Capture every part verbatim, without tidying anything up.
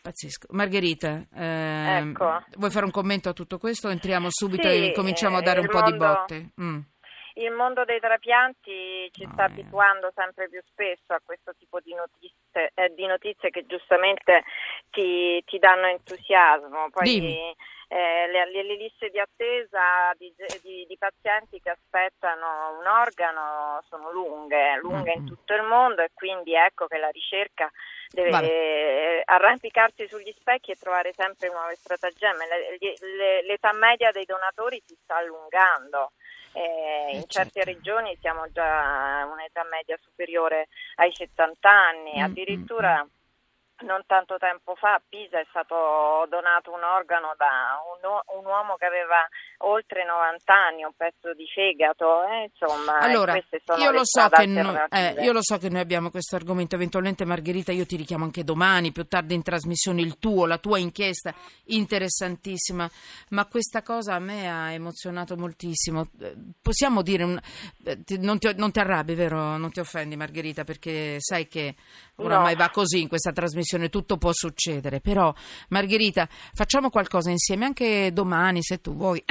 Pazzesco. Margherita, ehm, Ecco. vuoi fare un commento a tutto questo? Entriamo subito Sì, e cominciamo a dare un il po' mondo... di botte. Mm. Il mondo dei trapianti ci No, sta eh. abituando sempre più spesso a questo tipo di notizie, eh, di notizie che giustamente ti, ti danno entusiasmo. Poi Dimmi. eh, le, le liste di attesa di, di, di pazienti che aspettano un organo sono lunghe, lunghe Mm-hmm. in tutto il mondo, e quindi ecco che la ricerca deve Vabbè. arrampicarsi sugli specchi e trovare sempre nuove stratagemme. Le, le, l'età media dei donatori si sta allungando. Eh, in Eh, certe certo. regioni siamo già a un'età media superiore ai settanta anni, Mm, addirittura mm, mm. non tanto tempo fa a Pisa è stato donato un organo da un, un uomo che aveva oltre novanta anni, un pezzo di fegato, eh, insomma, Allora, e queste sono io le lo so strade che noi, alternative. eh, io lo so che noi abbiamo questo argomento, eventualmente Margherita io ti richiamo anche domani, più tardi in trasmissione, il tuo, la tua inchiesta interessantissima, ma questa cosa a me ha emozionato moltissimo. Eh, Possiamo dire, un, eh, ti- non, ti, non ti arrabbi, vero? Non ti offendi Margherita, perché sai che oramai No. va così in questa trasmissione, tutto può succedere, però Margherita facciamo qualcosa insieme anche domani se tu vuoi.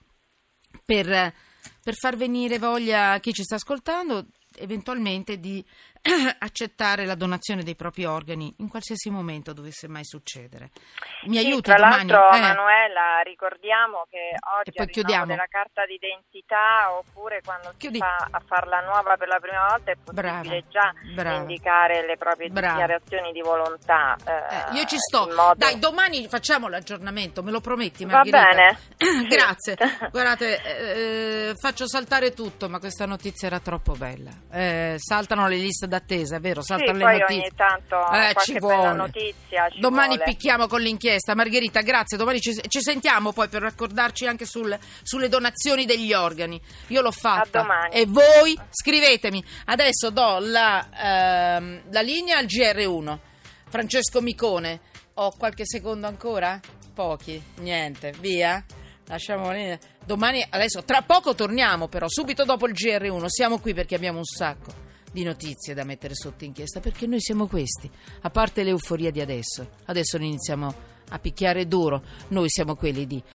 Per, per far venire voglia a chi ci sta ascoltando eventualmente di accettare la donazione dei propri organi in qualsiasi momento dovesse mai succedere. Mi Sì, aiuti tra domani? l'altro, Eh, Manuela, ricordiamo che E oggi poi al rinnovo chiudiamo. della carta d'identità, oppure quando Chiudi. si fa a farla nuova per la prima volta, è possibile Brava, già brava. indicare le proprie Brava. dichiarazioni di volontà. Eh, eh, io ci sto. in modo... Dai, domani facciamo l'aggiornamento, me lo prometti, Va Margherita? bene. Grazie. Sì. Guardate, eh, faccio saltare tutto, ma questa notizia era troppo bella. Eh, saltano le liste d'attesa, è vero? Sì, Saltano poi le notizie. ogni tanto Eh, qualche ci bella vuole. notizia ci Domani vuole. picchiamo con l'inchiesta. Margherita, grazie. Domani ci, ci sentiamo poi per raccordarci anche sul, sulle donazioni degli organi. Io l'ho fatta. A domani. E voi scrivetemi. Adesso do la, ehm, la linea al G R uno. Francesco Micone. Ho qualche secondo ancora? Pochi. Niente. Via. Lasciamo lì. Domani, adesso, tra poco torniamo però, subito dopo il G R uno. Siamo qui perché abbiamo un sacco di notizie da mettere sotto inchiesta, perché noi siamo questi, a parte l'euforia di adesso. Adesso iniziamo a picchiare duro, noi siamo quelli di